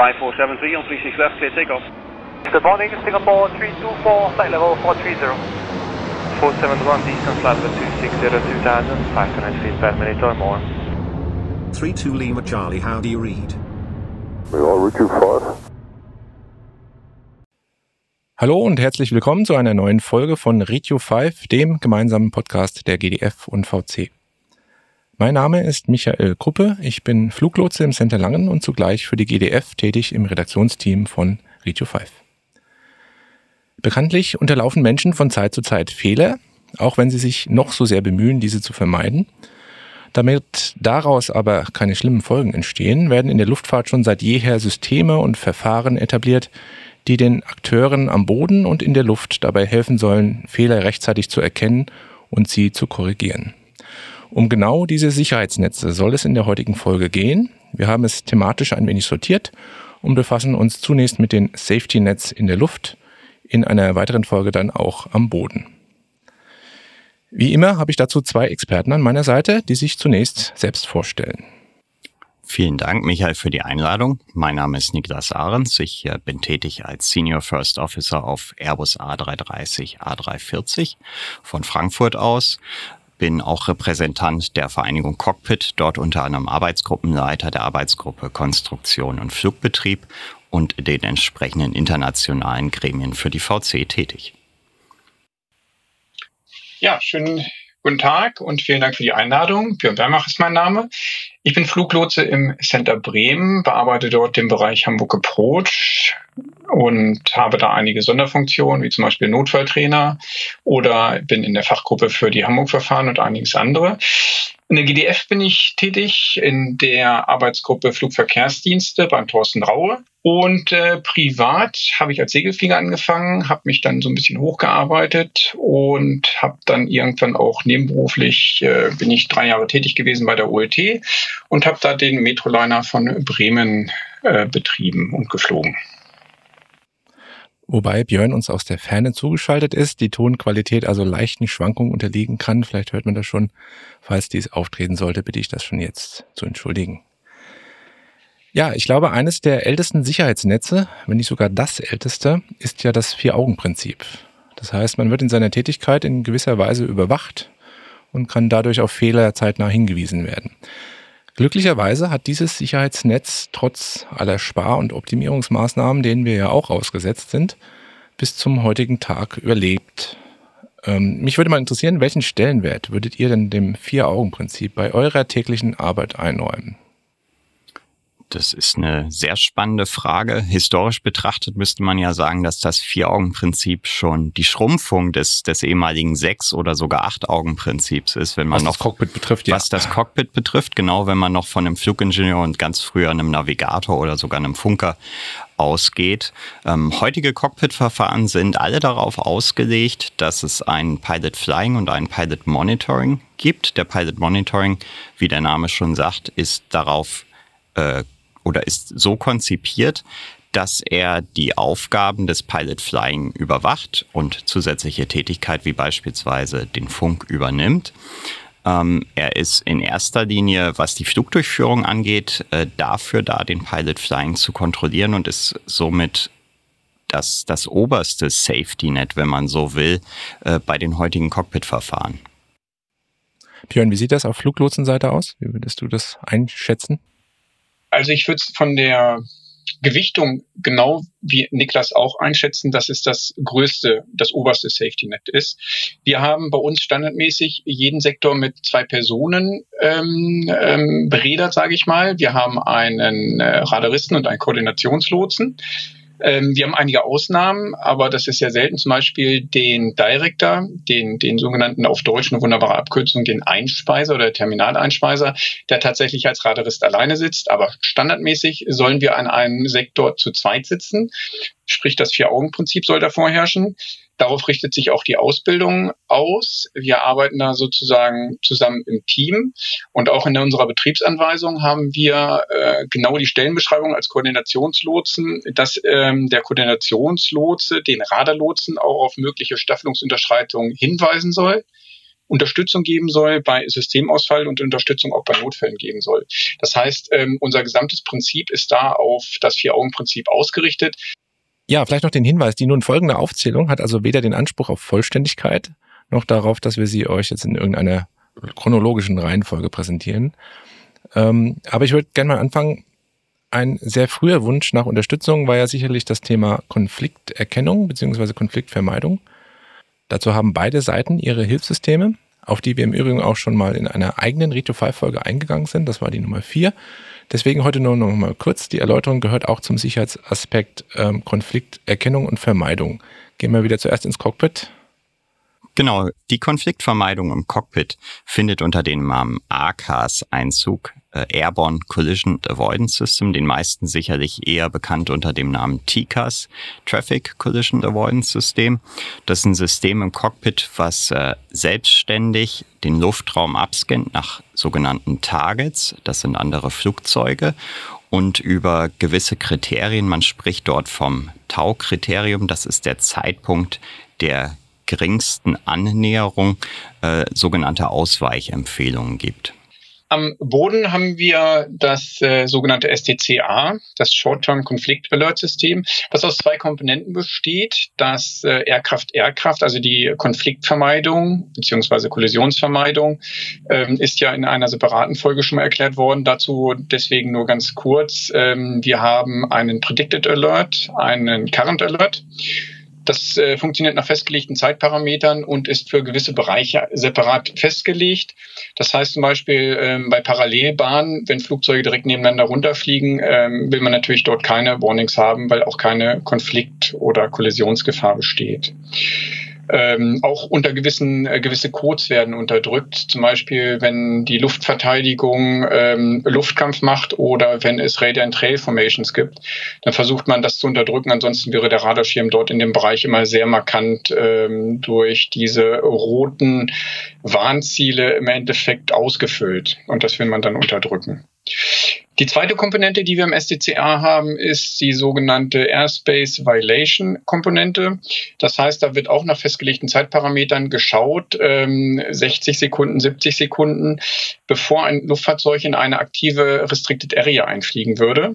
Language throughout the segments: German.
5473 on 36 left, clear takeoff. Good morning, Singapore 324, flight level 430. 471 distance level 260 2000, 500 feet per minute or more. 32 Lima Charlie, how do you read? We all Richard 5. Hallo und herzlich willkommen zu einer neuen Folge von Radio 5, dem gemeinsamen Podcast der GDF und VC. Mein Name ist Michael Kruppe, ich bin Fluglotse im Center Langen und zugleich für die GDF tätig im Redaktionsteam von Radio 5. Bekanntlich unterlaufen Menschen von Zeit zu Zeit Fehler, auch wenn sie sich noch so sehr bemühen, diese zu vermeiden. Damit daraus aber keine schlimmen Folgen entstehen, werden in der Luftfahrt schon seit jeher Systeme und Verfahren etabliert, die den Akteuren am Boden und in der Luft dabei helfen sollen, Fehler rechtzeitig zu erkennen und sie zu korrigieren. Um genau diese Sicherheitsnetze soll es in der heutigen Folge gehen. Wir haben es thematisch ein wenig sortiert und befassen uns zunächst mit den Safety-Nets in der Luft, in einer weiteren Folge dann auch am Boden. Wie immer habe ich dazu zwei Experten an meiner Seite, die sich zunächst selbst vorstellen. Vielen Dank, Michael, für die Einladung. Mein Name ist Niklas Ahrens. Ich bin tätig als Senior First Officer auf Airbus A330, A340 von Frankfurt aus. Bin auch Repräsentant der Vereinigung Cockpit, dort unter anderem Arbeitsgruppenleiter der Arbeitsgruppe Konstruktion und Flugbetrieb und den entsprechenden internationalen Gremien für die VC tätig. Ja, schönen guten Tag und vielen Dank für die Einladung. Björn Bermach ist mein Name. Ich bin Fluglotse im Center Bremen, bearbeite dort den Bereich Hamburg Approach und habe da einige Sonderfunktionen, wie zum Beispiel Notfalltrainer oder bin in der Fachgruppe für die Hamburg-Verfahren und einiges andere. In der GDF bin ich tätig in der Arbeitsgruppe Flugverkehrsdienste beim Thorsten Raue. Und privat habe ich als Segelflieger angefangen, habe mich dann so ein bisschen hochgearbeitet und habe dann irgendwann auch nebenberuflich, bin ich 3 Jahre tätig gewesen bei der OLT und habe da den Metroliner von Bremen betrieben und geflogen. Wobei Björn uns aus der Ferne zugeschaltet ist, die Tonqualität also leichten Schwankungen unterliegen kann. Vielleicht hört man das schon. Falls dies auftreten sollte, bitte ich das schon jetzt zu entschuldigen. Ja, ich glaube, eines der ältesten Sicherheitsnetze, wenn nicht sogar das älteste, ist ja das Vier-Augen-Prinzip. Das heißt, man wird in seiner Tätigkeit in gewisser Weise überwacht und kann dadurch auf Fehler zeitnah hingewiesen werden. Glücklicherweise hat dieses Sicherheitsnetz trotz aller Spar- und Optimierungsmaßnahmen, denen wir ja auch ausgesetzt sind, bis zum heutigen Tag überlebt. Mich würde mal interessieren, welchen Stellenwert würdet ihr denn dem Vier-Augen-Prinzip bei eurer täglichen Arbeit einräumen? Das ist eine sehr spannende Frage. Historisch betrachtet müsste man ja sagen, dass das Vier-Augen-Prinzip schon die Schrumpfung des ehemaligen 6- oder sogar 8-Augen-Prinzips ist, wenn man was noch das Cockpit betrifft, ja. Was das Cockpit betrifft, genau, wenn man noch von einem Flugingenieur und ganz früher einem Navigator oder sogar einem Funker ausgeht. Heutige Cockpit-Verfahren sind alle darauf ausgelegt, dass es ein Pilot Flying und ein Pilot Monitoring gibt. Der Pilot Monitoring, wie der Name schon sagt, ist darauf oder ist so konzipiert, dass er die Aufgaben des Pilot Flying überwacht und zusätzliche Tätigkeit wie beispielsweise den Funk übernimmt. Er ist in erster Linie, was die Flugdurchführung angeht, dafür da, den Pilot Flying zu kontrollieren und ist somit das oberste Safety-Net, wenn man so will, bei den heutigen Cockpit-Verfahren. Björn, wie sieht das auf Fluglotsenseite aus? Wie würdest du das einschätzen? Also ich würde es von der Gewichtung genau wie Niklas auch einschätzen, dass es das oberste Safety-Net ist. Wir haben bei uns standardmäßig jeden Sektor mit 2 Personen berädert, sage ich mal. Wir haben einen Radaristen und einen Koordinationslotsen. Wir haben einige Ausnahmen, aber das ist sehr selten. Zum Beispiel den Director, den sogenannten auf Deutsch eine wunderbare Abkürzung, den Einspeiser oder Terminaleinsspeiser, der tatsächlich als Radarist alleine sitzt. Aber standardmäßig sollen wir an einem Sektor zu zweit sitzen. Sprich, das Vier-Augen-Prinzip soll da vorherrschen. Darauf richtet sich auch die Ausbildung aus. Wir arbeiten da sozusagen zusammen im Team. Und auch in unserer Betriebsanweisung haben wir genau die Stellenbeschreibung als Koordinationslotsen, dass der Koordinationslotse den Radarlotsen auch auf mögliche Staffelungsunterschreitungen hinweisen soll. Unterstützung geben soll bei Systemausfall und Unterstützung auch bei Notfällen geben soll. Das heißt, unser gesamtes Prinzip ist da auf das 4-Augen-Prinzip ausgerichtet. Ja, vielleicht noch den Hinweis, die nun folgende Aufzählung hat also weder den Anspruch auf Vollständigkeit noch darauf, dass wir sie euch jetzt in irgendeiner chronologischen Reihenfolge präsentieren. Aber ich würde gerne mal anfangen. Ein sehr früher Wunsch nach Unterstützung war ja sicherlich das Thema Konflikterkennung bzw. Konfliktvermeidung. Dazu haben beide Seiten ihre Hilfssysteme, auf die wir im Übrigen auch schon mal in einer eigenen Read-to-File-Folge eingegangen sind. Das war die Nummer 4. Deswegen heute nur noch mal kurz. Die Erläuterung gehört auch zum Sicherheitsaspekt Konflikterkennung und Vermeidung. Gehen wir wieder zuerst ins Cockpit. Genau, die Konfliktvermeidung im Cockpit findet unter dem Namen ACAS Einzug, Airborne Collision Avoidance System, den meisten sicherlich eher bekannt unter dem Namen TCAS, Traffic Collision Avoidance System. Das ist ein System im Cockpit, was selbstständig den Luftraum abscannt nach sogenannten Targets, das sind andere Flugzeuge, und über gewisse Kriterien, man spricht dort vom Tau-Kriterium, das ist der Zeitpunkt der geringsten Annäherung, sogenannte Ausweichempfehlungen gibt. Am Boden haben wir das sogenannte STCA, das Short-Term Conflict Alert System, was aus 2 Komponenten besteht. Das Aircraft, also die Konfliktvermeidung bzw. Kollisionsvermeidung, ist ja in einer separaten Folge schon mal erklärt worden. Dazu deswegen nur ganz kurz. Wir haben einen Predicted Alert, einen Current Alert. Das funktioniert nach festgelegten Zeitparametern und ist für gewisse Bereiche separat festgelegt. Das heißt zum Beispiel bei Parallelbahnen, wenn Flugzeuge direkt nebeneinander runterfliegen, will man natürlich dort keine Warnings haben, weil auch keine Konflikt- oder Kollisionsgefahr besteht. Auch unter gewisse Codes werden unterdrückt. Zum Beispiel, wenn die Luftverteidigung Luftkampf macht oder wenn es Radar and Trail Formations gibt, dann versucht man das zu unterdrücken. Ansonsten wäre der Radarschirm dort in dem Bereich immer sehr markant durch diese roten Warnziele im Endeffekt ausgefüllt. Und das will man dann unterdrücken. Die zweite Komponente, die wir im STCA haben, ist die sogenannte Airspace Violation Komponente. Das heißt, da wird auch nach festgelegten Zeitparametern geschaut, 60 Sekunden, 70 Sekunden, bevor ein Luftfahrzeug in eine aktive Restricted Area einfliegen würde.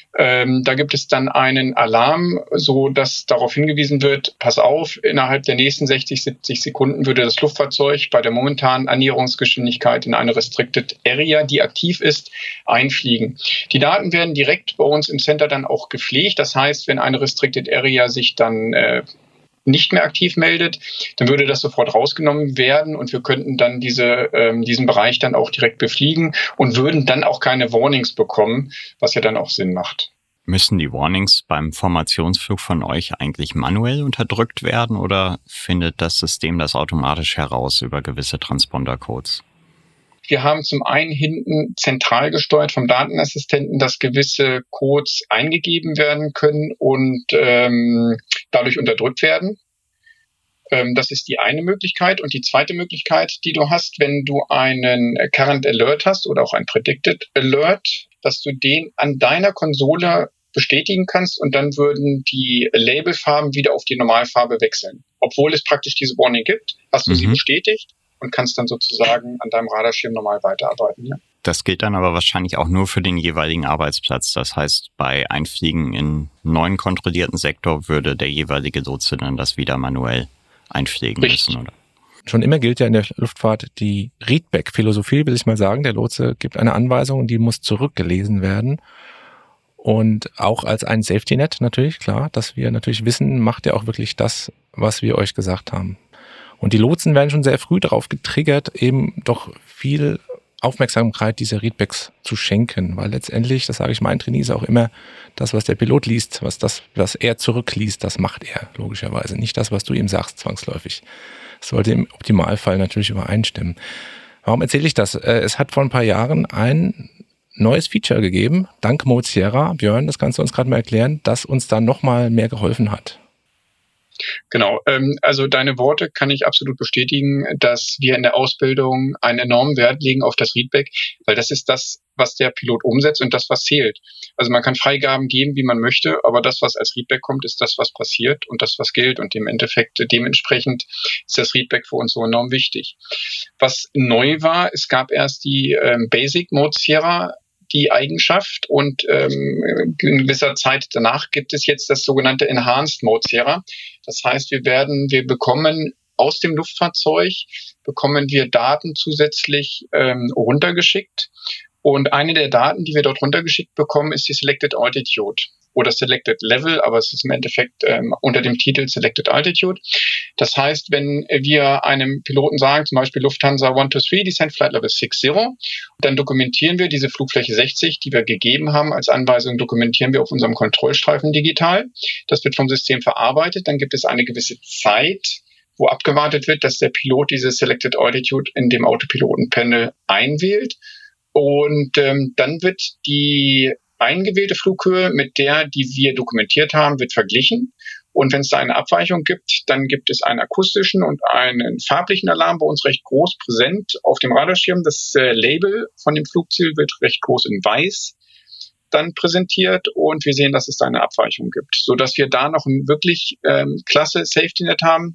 Da gibt es dann einen Alarm, so dass darauf hingewiesen wird, pass auf, innerhalb der nächsten 60, 70 Sekunden würde das Luftfahrzeug bei der momentanen Annäherungsgeschwindigkeit in eine Restricted Area, die aktiv ist, einfliegen. Die Daten werden direkt bei uns im Center dann auch gepflegt. Das heißt, wenn eine Restricted Area sich dann nicht mehr aktiv meldet, dann würde das sofort rausgenommen werden und wir könnten dann diesen Bereich dann auch direkt befliegen und würden dann auch keine Warnings bekommen, was ja dann auch Sinn macht. Müssen die Warnings beim Formationsflug von euch eigentlich manuell unterdrückt werden oder findet das System das automatisch heraus über gewisse Transponder-Codes? Wir haben zum einen hinten zentral gesteuert vom Datenassistenten, dass gewisse Codes eingegeben werden können und dadurch unterdrückt werden. Das ist die eine Möglichkeit. Und die zweite Möglichkeit, die du hast, wenn du einen Current Alert hast oder auch einen Predicted Alert, dass du den an deiner Konsole bestätigen kannst und dann würden die Labelfarben wieder auf die Normalfarbe wechseln. Obwohl es praktisch diese Warning gibt, hast du sie bestätigt und kannst dann sozusagen an deinem Radarschirm normal weiterarbeiten. Ja. Das gilt dann aber wahrscheinlich auch nur für den jeweiligen Arbeitsplatz. Das heißt, bei Einfliegen in neuen kontrollierten Sektor würde der jeweilige Lotse dann das wieder manuell einpflegen müssen, oder? Schon immer gilt ja in der Luftfahrt die Readback-Philosophie, will ich mal sagen. Der Lotse gibt eine Anweisung und die muss zurückgelesen werden. Und auch als ein Safety-Net natürlich, klar, dass wir natürlich wissen, macht er auch wirklich das, was wir euch gesagt haben. Und die Lotsen werden schon sehr früh darauf getriggert, eben doch viel Aufmerksamkeit dieser Readbacks zu schenken, weil letztendlich, das sage ich meinen Trainees auch immer, das, was der Pilot liest, was er zurückliest, das macht er logischerweise, nicht das, was du ihm sagst, zwangsläufig. Das sollte im Optimalfall natürlich übereinstimmen. Warum erzähle ich das? Es hat vor ein paar Jahren ein neues Feature gegeben, dank Mode Sierra. Björn, das kannst du uns gerade mal erklären, das uns dann nochmal mehr geholfen hat. Genau, also deine Worte kann ich absolut bestätigen, dass wir in der Ausbildung einen enormen Wert legen auf das Readback, weil das ist das, was der Pilot umsetzt und das, was zählt. Also man kann Freigaben geben, wie man möchte, aber das, was als Readback kommt, ist das, was passiert und das, was gilt. Und dementsprechend ist das Readback für uns so enorm wichtig. Was neu war, es gab erst die Basic Mode Sierra, die Eigenschaft, und in gewisser Zeit danach gibt es jetzt das sogenannte Enhanced Mode Sierra. Das heißt, wir bekommen aus dem Luftfahrzeug Daten zusätzlich runtergeschickt. Und eine der Daten, die wir dort runtergeschickt bekommen, ist die Selected Altitude oder Selected Level, aber es ist im Endeffekt unter dem Titel Selected Altitude. Das heißt, wenn wir einem Piloten sagen, zum Beispiel Lufthansa 123, Descent Flight Level 60, dann dokumentieren wir diese Flugfläche 60, die wir gegeben haben, als Anweisung dokumentieren wir auf unserem Kontrollstreifen digital. Das wird vom System verarbeitet. Dann gibt es eine gewisse Zeit, wo abgewartet wird, dass der Pilot diese Selected Altitude in dem Autopilotenpanel einwählt. Und dann wird die eingewählte Flughöhe mit der, die wir dokumentiert haben, wird verglichen. Und wenn es da eine Abweichung gibt, dann gibt es einen akustischen und einen farblichen Alarm, bei uns recht groß präsent auf dem Radarschirm. Das Label von dem Flugziel wird recht groß in weiß dann präsentiert und wir sehen, dass es da eine Abweichung gibt, sodass wir da noch ein wirklich klasse Safety-Net haben,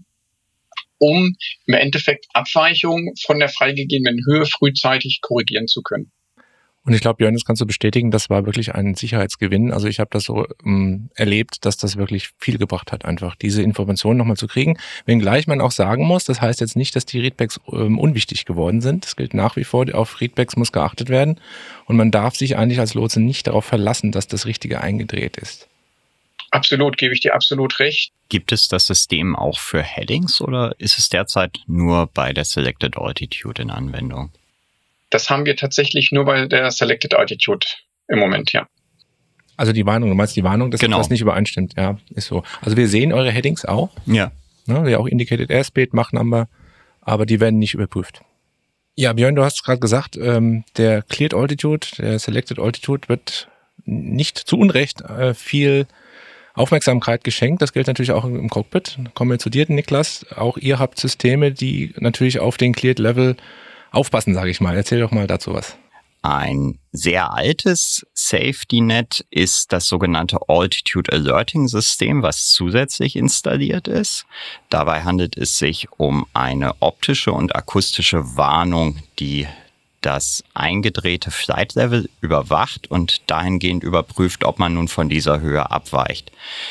um im Endeffekt Abweichungen von der freigegebenen Höhe frühzeitig korrigieren zu können. Und ich glaube, Björn, das kannst du bestätigen, das war wirklich ein Sicherheitsgewinn. Also ich habe das so erlebt, dass das wirklich viel gebracht hat, einfach diese Informationen nochmal zu kriegen. Wenngleich man auch sagen muss, das heißt jetzt nicht, dass die Readbacks unwichtig geworden sind. Es gilt nach wie vor, auf Readbacks muss geachtet werden. Und man darf sich eigentlich als Lotse nicht darauf verlassen, dass das Richtige eingedreht ist. Absolut, gebe ich dir absolut recht. Gibt es das System auch für Headings oder ist es derzeit nur bei der Selected Altitude in Anwendung? Das haben wir tatsächlich nur bei der Selected Altitude im Moment, ja. Also die Warnung, du meinst die Warnung, dass das nicht übereinstimmt, ja, ist so. Also wir sehen eure Headings auch. Ja. Ja, auch Indicated Airspeed, Mach Number, aber die werden nicht überprüft. Ja, Björn, du hast gerade gesagt, der Cleared Altitude, der Selected Altitude wird nicht zu Unrecht viel Aufmerksamkeit geschenkt. Das gilt natürlich auch im Cockpit. Kommen wir zu dir, Niklas. Auch ihr habt Systeme, die natürlich auf den Cleared Level aufpassen, sage ich mal. Erzähl doch mal dazu was. Ein sehr altes Safety-Net ist das sogenannte Altitude Alerting System, was zusätzlich installiert ist. Dabei handelt es sich um eine optische und akustische Warnung, die das eingedrehte Flight Level überwacht und dahingehend überprüft, ob man nun von dieser Höhe abweicht.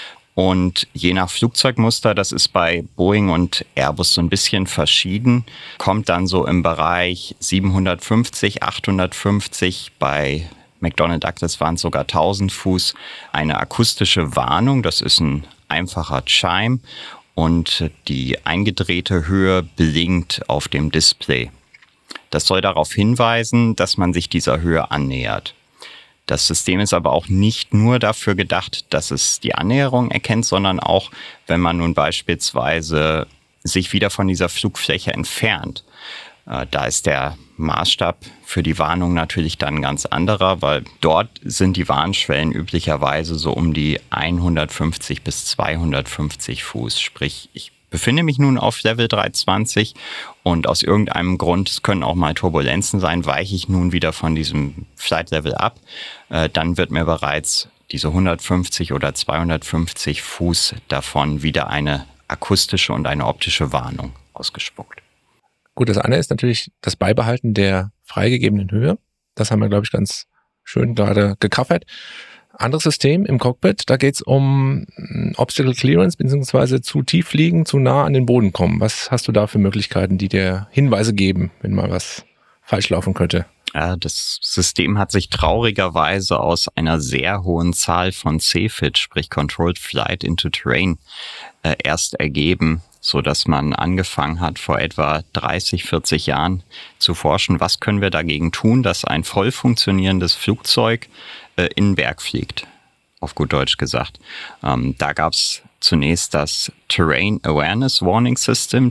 Und je nach Flugzeugmuster, das ist bei Boeing und Airbus so ein bisschen verschieden, kommt dann so im Bereich 750, 850, bei McDonnell Douglas waren es sogar 1000 Fuß, eine akustische Warnung, das ist ein einfacher Chime und die eingedrehte Höhe blinkt auf dem Display. Das soll darauf hinweisen, dass man sich dieser Höhe annähert. Das System ist aber auch nicht nur dafür gedacht, dass es die Annäherung erkennt, sondern auch, wenn man nun beispielsweise sich wieder von dieser Flugfläche entfernt. Da ist der Maßstab für die Warnung natürlich dann ein ganz anderer, weil dort sind die Warnschwellen üblicherweise so um die 150 bis 250 Fuß. Sprich, ich befinde mich nun auf Level 320 und aus irgendeinem Grund, es können auch mal Turbulenzen sein, weiche ich nun wieder von diesem Flight Level ab, dann wird mir bereits diese 150 oder 250 Fuß davon wieder eine akustische und eine optische Warnung ausgespuckt. Gut, das eine ist natürlich das Beibehalten der freigegebenen Höhe. Das haben wir, glaube ich, ganz schön gerade gecovert. Anderes System im Cockpit, da geht es um Obstacle Clearance, beziehungsweise zu tief fliegen, zu nah an den Boden kommen. Was hast du da für Möglichkeiten, die dir Hinweise geben, wenn mal was falsch laufen könnte? Ja, das System hat sich traurigerweise aus einer sehr hohen Zahl von CFIT, sprich Controlled Flight into Terrain, erst ergeben, so dass man angefangen hat, vor etwa 30, 40 Jahren zu forschen, was können wir dagegen tun, dass ein voll funktionierendes Flugzeug in den Berg fliegt, auf gut Deutsch gesagt. Da gab es zunächst das Terrain Awareness Warning System,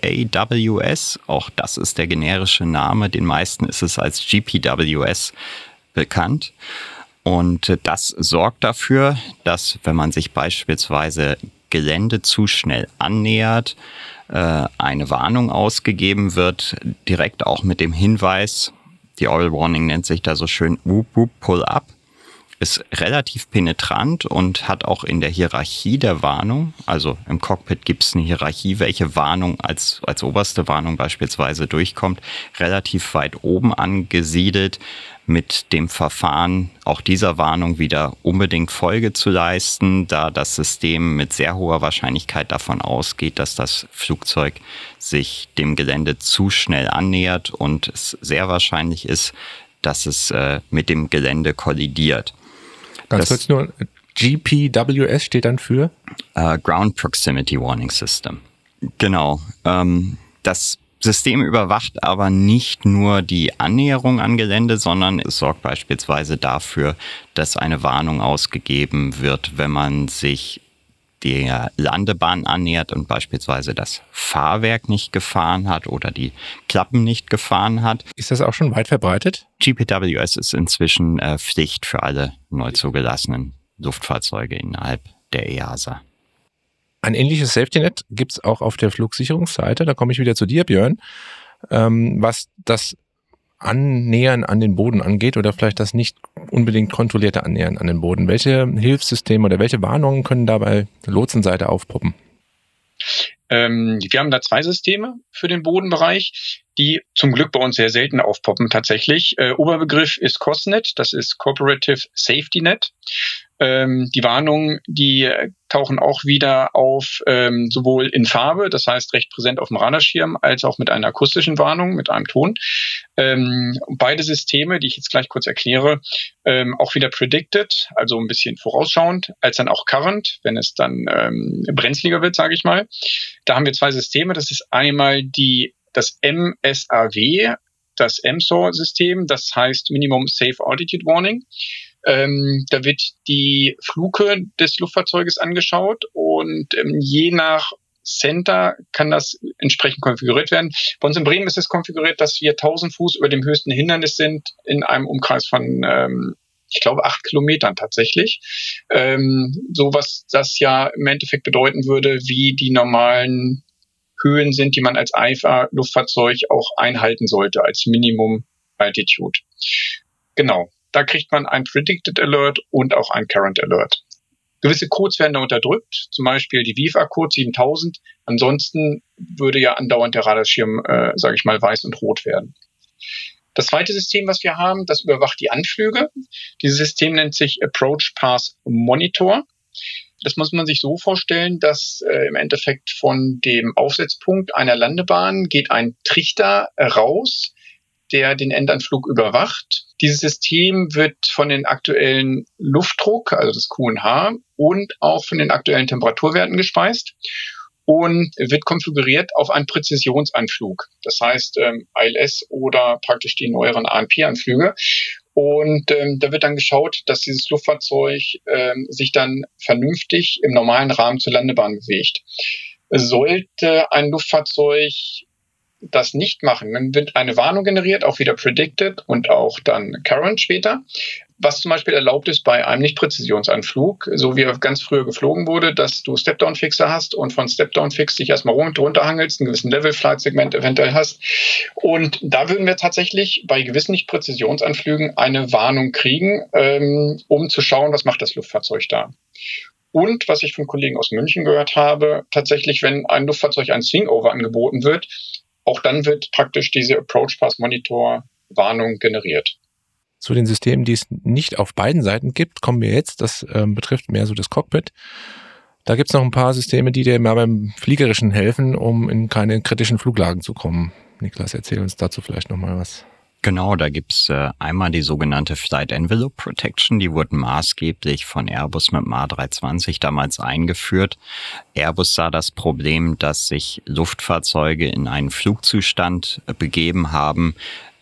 TAWS. Auch das ist der generische Name. Den meisten ist es als GPWS bekannt. Und das sorgt dafür, dass, wenn man sich beispielsweise Gelände zu schnell annähert, eine Warnung ausgegeben wird, direkt auch mit dem Hinweis, die Oil Warning nennt sich da so schön Whoop Whoop Pull Up, ist relativ penetrant und hat auch in der Hierarchie der Warnung, also im Cockpit gibt es eine Hierarchie, welche Warnung als oberste Warnung beispielsweise durchkommt, relativ weit oben angesiedelt, mit dem Verfahren auch dieser Warnung wieder unbedingt Folge zu leisten, da das System mit sehr hoher Wahrscheinlichkeit davon ausgeht, dass das Flugzeug sich dem Gelände zu schnell annähert und es sehr wahrscheinlich ist, dass es mit dem Gelände kollidiert. Ganz kurz nur, GPWS steht dann für? Ground Proximity Warning System. Genau. Das System überwacht aber nicht nur die Annäherung an Gelände, sondern es sorgt beispielsweise dafür, dass eine Warnung ausgegeben wird, wenn man sich der Landebahn annähert und beispielsweise das Fahrwerk nicht gefahren hat oder die Klappen nicht gefahren hat. Ist das auch schon weit verbreitet? GPWS ist inzwischen Pflicht für alle neu zugelassenen Luftfahrzeuge innerhalb der EASA. Ein ähnliches Safety-Net gibt es auch auf der Flugsicherungsseite. Da komme ich wieder zu dir, Björn. Was das Annähern an den Boden angeht oder vielleicht das nicht unbedingt kontrollierte Annähern an den Boden. Welche Hilfssysteme oder welche Warnungen können da bei Lotsenseite aufpoppen? Wir haben da 2 Systeme für den Bodenbereich, die zum Glück bei uns sehr selten aufpoppen tatsächlich. Oberbegriff ist COSNET, das ist Cooperative Safety Net. Die Warnungen, die tauchen auch wieder auf, sowohl in Farbe, das heißt recht präsent auf dem Radarschirm, als auch mit einer akustischen Warnung, mit einem Ton. Beide Systeme, die ich jetzt gleich kurz erkläre, auch wieder predicted, also ein bisschen vorausschauend, als dann auch current, wenn es dann brenzliger wird, sage ich mal. Da haben wir 2 Systeme. Das ist einmal das MSAW, das MSOR-System, das heißt Minimum Safe Altitude Warning. Da wird die Flughöhe des Luftfahrzeuges angeschaut und je nach Center kann das entsprechend konfiguriert werden. Bei uns in Bremen ist es konfiguriert, dass wir 1000 Fuß über dem höchsten Hindernis sind in einem Umkreis von, ich glaube, 8 Kilometern tatsächlich. So was das ja im Endeffekt bedeuten würde, wie die normalen Höhen sind, die man als IFA-Luftfahrzeug auch einhalten sollte, als Minimum Altitude. Genau. Da kriegt man ein Predicted Alert und auch ein Current Alert. Gewisse Codes werden da unterdrückt, zum Beispiel die VIFA-Code 7000. Ansonsten würde ja andauernd der Radarschirm, sage ich mal, weiß und rot werden. Das zweite System, was wir haben, das überwacht die Anflüge. Dieses System nennt sich Approach Path Monitor. Das muss man sich so vorstellen, dass im Endeffekt von dem Aufsetzpunkt einer Landebahn geht ein Trichter raus, der den Endanflug überwacht. Dieses System wird von den aktuellen Luftdruck, also das QNH, und auch von den aktuellen Temperaturwerten gespeist und wird konfiguriert auf einen Präzisionsanflug. Das heißt ILS oder praktisch die neueren ANP-Anflüge. Und da wird dann geschaut, dass dieses Luftfahrzeug sich dann vernünftig im normalen Rahmen zur Landebahn bewegt. Sollte ein Luftfahrzeug das nicht machen, dann wird eine Warnung generiert, auch wieder predicted und auch dann current später, was zum Beispiel erlaubt ist bei einem Nicht-Präzisionsanflug, so wie er ganz früher geflogen wurde, dass du Step-Down-Fixer hast und von Step-Down-Fix dich erstmal runterhangelst, einen gewissen Level-Flight-Segment eventuell hast. Und da würden wir tatsächlich bei gewissen Nicht-Präzisionsanflügen eine Warnung kriegen, um zu schauen, was macht das Luftfahrzeug da. Und was ich von Kollegen aus München gehört habe, tatsächlich, wenn ein Luftfahrzeug ein Swingover angeboten wird, auch dann wird praktisch diese Approach Path Monitor Warnung generiert. Zu den Systemen, die es nicht auf beiden Seiten gibt, kommen wir jetzt. Das betrifft mehr so das Cockpit. Da gibt es noch ein paar Systeme, die dir mal beim Fliegerischen helfen, um in keine kritischen Fluglagen zu kommen. Niklas, erzähl uns dazu vielleicht nochmal was. Genau, da gibt's einmal die sogenannte Flight Envelope Protection, die wurde maßgeblich von Airbus mit dem A320 damals eingeführt. Airbus sah das Problem, dass sich Luftfahrzeuge in einen Flugzustand begeben haben,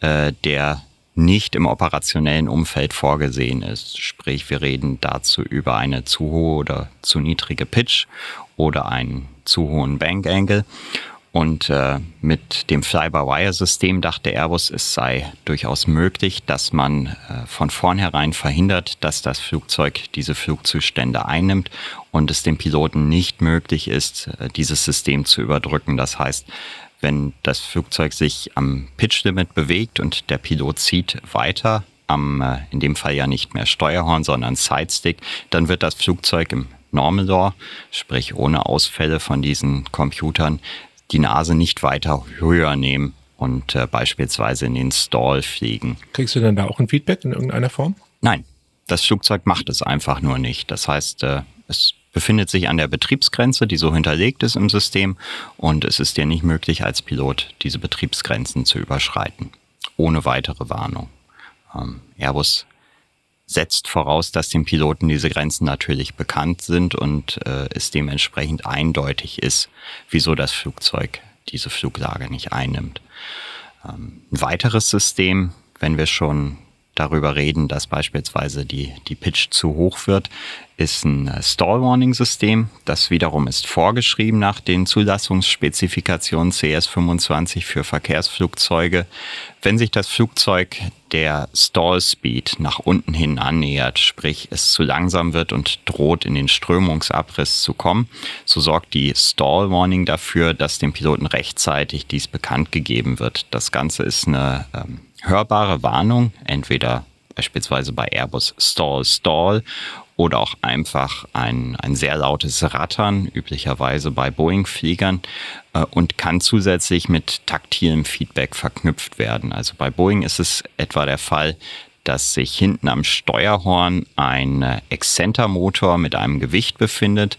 der nicht im operationellen Umfeld vorgesehen ist. Sprich, wir reden dazu über eine zu hohe oder zu niedrige Pitch oder einen zu hohen Bank Angle. Und mit dem Fly-by-Wire-System dachte Airbus, es sei durchaus möglich, dass man von vornherein verhindert, dass das Flugzeug diese Flugzustände einnimmt und es dem Piloten nicht möglich ist, dieses System zu überdrücken. Das heißt, wenn das Flugzeug sich am Pitch-Limit bewegt und der Pilot zieht weiter am, in dem Fall ja nicht mehr Steuerhorn, sondern Sidestick, dann wird das Flugzeug im Normal Law, sprich ohne Ausfälle von diesen Computern, die Nase nicht weiter höher nehmen und beispielsweise in den Stall fliegen. Kriegst du dann da auch ein Feedback in irgendeiner Form? Nein, das Flugzeug macht es einfach nur nicht. Das heißt, es befindet sich an der Betriebsgrenze, die so hinterlegt ist im System, und es ist dir nicht möglich, als Pilot diese Betriebsgrenzen zu überschreiten, ohne weitere Warnung. Airbus setzt voraus, dass den Piloten diese Grenzen natürlich bekannt sind und es dementsprechend eindeutig ist, wieso das Flugzeug diese Fluglage nicht einnimmt. Ein weiteres System, wenn wir schon darüber reden, dass beispielsweise die Pitch zu hoch wird, ist ein Stall-Warning-System. Das wiederum ist vorgeschrieben nach den Zulassungsspezifikationen CS25 für Verkehrsflugzeuge. Wenn sich das Flugzeug der Stall-Speed nach unten hin annähert, sprich es zu langsam wird und droht in den Strömungsabriss zu kommen, so sorgt die Stall-Warning dafür, dass dem Piloten rechtzeitig dies bekannt gegeben wird. Das Ganze ist eine hörbare Warnung, entweder beispielsweise bei Airbus Stall, Stall oder auch einfach ein sehr lautes Rattern, üblicherweise bei Boeing-Fliegern, und kann zusätzlich mit taktilem Feedback verknüpft werden. Also bei Boeing ist es etwa der Fall, dass sich hinten am Steuerhorn ein Exzentermotor mit einem Gewicht befindet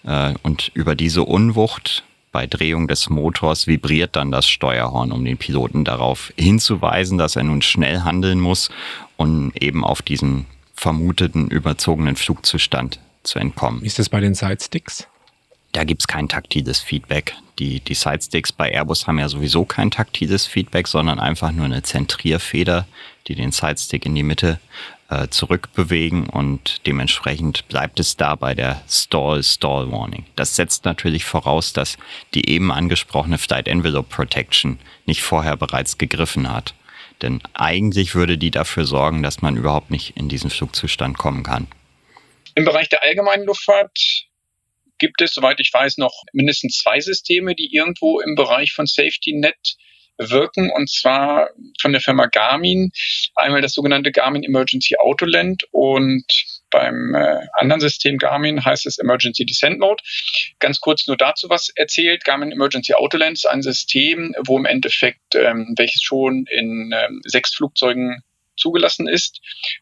und über diese Unwucht bei Drehung des Motors vibriert dann das Steuerhorn, um den Piloten darauf hinzuweisen, dass er nun schnell handeln muss, um eben auf diesen vermuteten überzogenen Flugzustand zu entkommen. Wie ist das bei den Sidesticks? Da gibt es kein taktiles Feedback. Die Sidesticks bei Airbus haben ja sowieso kein taktiles Feedback, sondern einfach nur eine Zentrierfeder, die den Sidestick in die Mitte zurückbewegen, und dementsprechend bleibt es da bei der Stall-Warning. Das setzt natürlich voraus, dass die eben angesprochene Flight Envelope Protection nicht vorher bereits gegriffen hat. Denn eigentlich würde die dafür sorgen, dass man überhaupt nicht in diesen Flugzustand kommen kann. Im Bereich der allgemeinen Luftfahrt gibt es, soweit ich weiß, noch mindestens 2 Systeme, die irgendwo im Bereich von Safety Net wirken, und zwar von der Firma Garmin. Einmal das sogenannte Garmin Emergency Autoland, und beim anderen System Garmin heißt es Emergency Descent Mode. Ganz kurz nur dazu was erzählt. Garmin Emergency Autoland ist ein System, wo im Endeffekt, welches schon in 6 Flugzeugen zugelassen ist,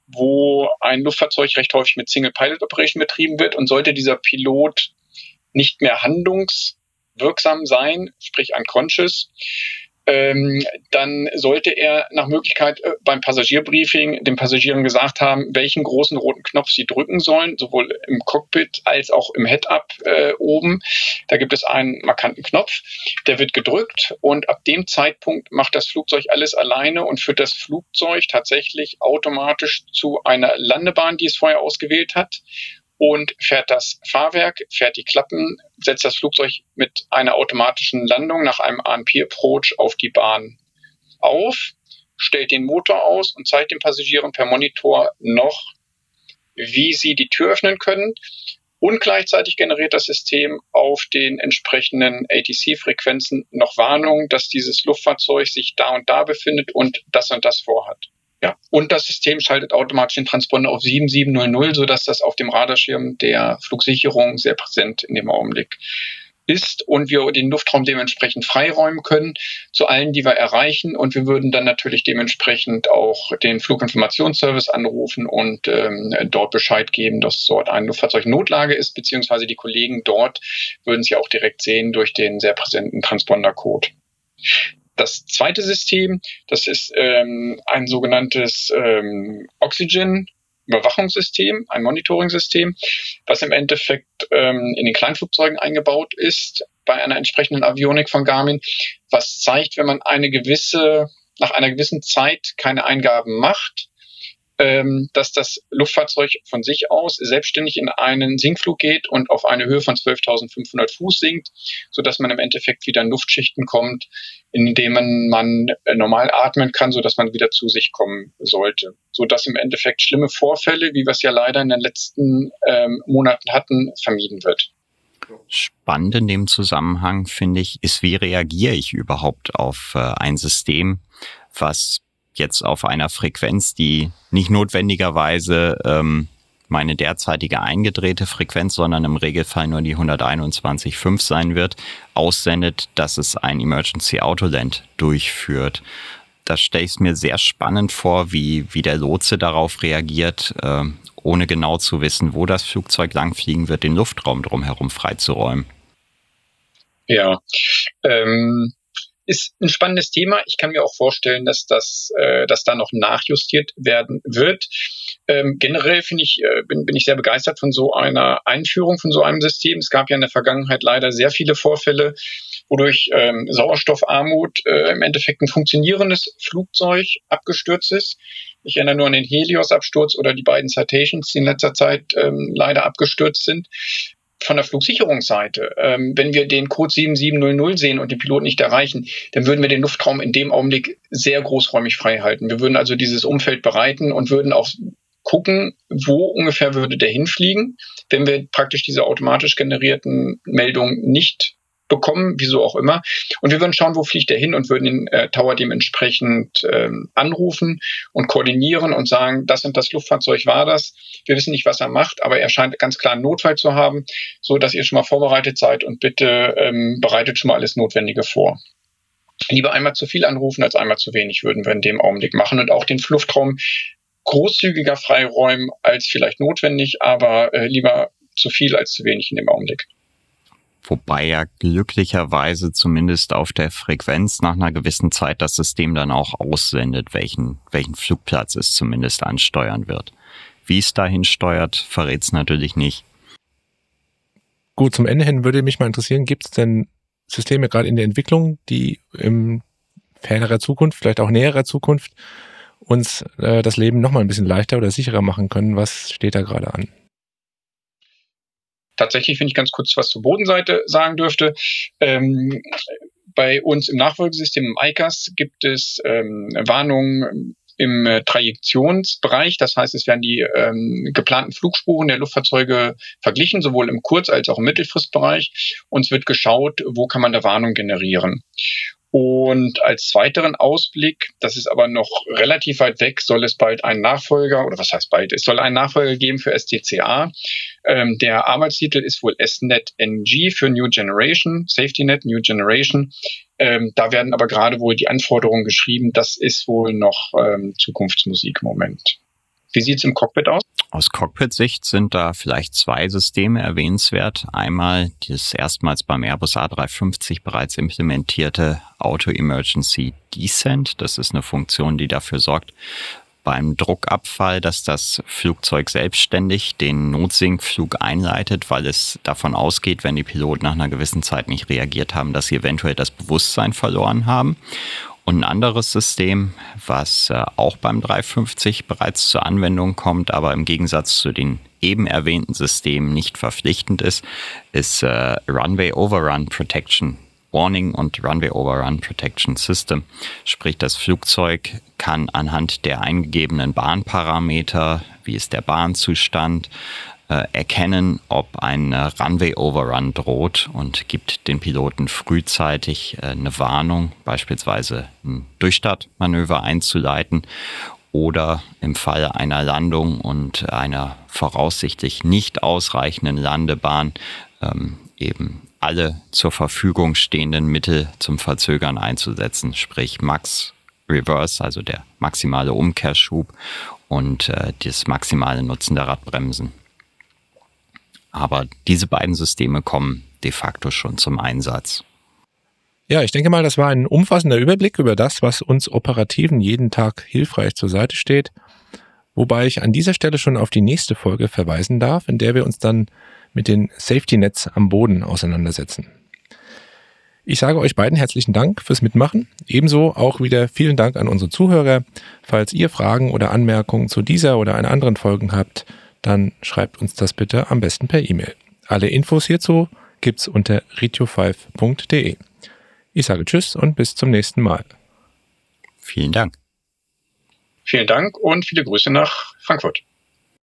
wo ein Luftfahrzeug recht häufig mit Single Pilot Operation betrieben wird, und sollte dieser Pilot nicht mehr handlungswirksam sein, sprich unconscious, dann sollte er nach Möglichkeit beim Passagierbriefing den Passagieren gesagt haben, welchen großen roten Knopf sie drücken sollen, sowohl im Cockpit als auch im Head-Up oben. Da gibt es einen markanten Knopf, der wird gedrückt, und ab dem Zeitpunkt macht das Flugzeug alles alleine und führt das Flugzeug tatsächlich automatisch zu einer Landebahn, die es vorher ausgewählt hat, und fährt das Fahrwerk, fährt die Klappen, setzt das Flugzeug mit einer automatischen Landung nach einem ANP-Approach auf die Bahn auf, stellt den Motor aus und zeigt den Passagieren per Monitor noch, wie sie die Tür öffnen können. Und gleichzeitig generiert das System auf den entsprechenden ATC-Frequenzen noch Warnungen, dass dieses Luftfahrzeug sich da und da befindet und das vorhat. Ja, und das System schaltet automatisch den Transponder auf 7700, sodass das auf dem Radarschirm der Flugsicherung sehr präsent in dem Augenblick ist und wir den Luftraum dementsprechend freiräumen können zu allen, die wir erreichen. Und wir würden dann natürlich dementsprechend auch den Fluginformationsservice anrufen und dort Bescheid geben, dass dort ein Luftfahrzeug Notlage ist, beziehungsweise die Kollegen dort würden sie auch direkt sehen durch den sehr präsenten Transponder-Code. Das zweite System, das ist ein sogenanntes Oxygen-Überwachungssystem, ein Monitoring-System, was im Endeffekt in den Kleinflugzeugen eingebaut ist, bei einer entsprechenden Avionik von Garmin, was zeigt, wenn man nach einer gewissen Zeit keine Eingaben macht, dass das Luftfahrzeug von sich aus selbstständig in einen Sinkflug geht und auf eine Höhe von 12.500 Fuß sinkt, sodass man im Endeffekt wieder in Luftschichten kommt, in denen man normal atmen kann, sodass man wieder zu sich kommen sollte. Sodass im Endeffekt schlimme Vorfälle, wie wir es ja leider in den letzten Monaten hatten, vermieden wird. Spannend in dem Zusammenhang, finde ich, ist, wie reagiere ich überhaupt auf ein System, was jetzt auf einer Frequenz, die nicht notwendigerweise meine derzeitige eingedrehte Frequenz, sondern im Regelfall nur die 121,5 sein wird, aussendet, dass es ein Emergency Autoland durchführt. Da stelle ich es mir sehr spannend vor, wie der Lotse darauf reagiert, ohne genau zu wissen, wo das Flugzeug langfliegen wird, den Luftraum drumherum freizuräumen. Ja, ist ein spannendes Thema. Ich kann mir auch vorstellen, dass da noch nachjustiert werden wird. Generell bin ich sehr begeistert von so einer Einführung von so einem System. Es gab ja in der Vergangenheit leider sehr viele Vorfälle, wodurch Sauerstoffarmut im Endeffekt ein funktionierendes Flugzeug abgestürzt ist. Ich erinnere nur an den Helios-Absturz oder die beiden Citations, die in letzter Zeit leider abgestürzt sind. Von der Flugsicherungsseite, wenn wir den Code 7700 sehen und den Piloten nicht erreichen, dann würden wir den Luftraum in dem Augenblick sehr großräumig frei halten. Wir würden also dieses Umfeld bereiten und würden auch gucken, wo ungefähr würde der hinfliegen, wenn wir praktisch diese automatisch generierten Meldungen nicht bekommen, wieso auch immer. Und wir würden schauen, wo fliegt der hin und würden den Tower dementsprechend anrufen und koordinieren und sagen, das und das Luftfahrzeug war das. Wir wissen nicht, was er macht, aber er scheint ganz klar einen Notfall zu haben, so dass ihr schon mal vorbereitet seid und bitte bereitet schon mal alles Notwendige vor. Lieber einmal zu viel anrufen als einmal zu wenig würden wir in dem Augenblick machen und auch den Luftraum großzügiger freiräumen als vielleicht notwendig, aber lieber zu viel als zu wenig in dem Augenblick. Wobei ja glücklicherweise zumindest auf der Frequenz nach einer gewissen Zeit das System dann auch aussendet, welchen Flugplatz es zumindest ansteuern wird. Wie es dahin steuert, verrät es natürlich nicht. Gut, zum Ende hin würde mich mal interessieren, gibt es denn Systeme gerade in der Entwicklung, die in fernerer Zukunft, vielleicht auch näherer Zukunft, uns das Leben nochmal ein bisschen leichter oder sicherer machen können? Was steht da gerade an? Tatsächlich, wenn ich ganz kurz was zur Bodenseite sagen dürfte, bei uns im Nachfolgesystem im ICAS gibt es Warnungen im Trajektionsbereich. Das heißt, es werden die geplanten Flugspuren der Luftfahrzeuge verglichen, sowohl im Kurz- als auch im Mittelfristbereich. Und es wird geschaut, wo kann man da Warnung generieren. Und als weiteren Ausblick, das ist aber noch relativ weit weg, soll es bald einen Nachfolger, oder was heißt bald, es soll einen Nachfolger geben für STCA. Der Arbeitstitel ist wohl SNet NG für New Generation, SafetyNet New Generation. Da werden aber gerade wohl die Anforderungen geschrieben, das ist wohl noch Zukunftsmusik im Moment. Wie sieht es im Cockpit aus? Aus Cockpit-Sicht sind da vielleicht zwei Systeme erwähnenswert. Einmal das erstmals beim Airbus A350 bereits implementierte Auto Emergency Descent. Das ist eine Funktion, die dafür sorgt, beim Druckabfall, dass das Flugzeug selbstständig den Notsinkflug einleitet, weil es davon ausgeht, wenn die Piloten nach einer gewissen Zeit nicht reagiert haben, dass sie eventuell das Bewusstsein verloren haben. Und ein anderes System, was auch beim 350 bereits zur Anwendung kommt, aber im Gegensatz zu den eben erwähnten Systemen nicht verpflichtend ist Runway Overrun Protection Warning und Runway Overrun Protection System. Sprich, das Flugzeug kann anhand der eingegebenen Bahnparameter, wie ist der Bahnzustand, erkennen, ob ein Runway Overrun droht und gibt den Piloten frühzeitig eine Warnung, beispielsweise ein Durchstartmanöver einzuleiten oder im Falle einer Landung und einer voraussichtlich nicht ausreichenden Landebahn eben alle zur Verfügung stehenden Mittel zum Verzögern einzusetzen, sprich Max Reverse, also der maximale Umkehrschub und das maximale Nutzen der Radbremsen. Aber diese beiden Systeme kommen de facto schon zum Einsatz. Ja, ich denke mal, das war ein umfassender Überblick über das, was uns Operativen jeden Tag hilfreich zur Seite steht. Wobei ich an dieser Stelle schon auf die nächste Folge verweisen darf, in der wir uns dann mit den Safety Nets am Boden auseinandersetzen. Ich sage euch beiden herzlichen Dank fürs Mitmachen. Ebenso auch wieder vielen Dank an unsere Zuhörer. Falls ihr Fragen oder Anmerkungen zu dieser oder einer anderen Folge habt, dann schreibt uns das bitte am besten per E-Mail. Alle Infos hierzu gibt's unter ritio5.de. Ich sage Tschüss und bis zum nächsten Mal. Vielen Dank. Vielen Dank und viele Grüße nach Frankfurt.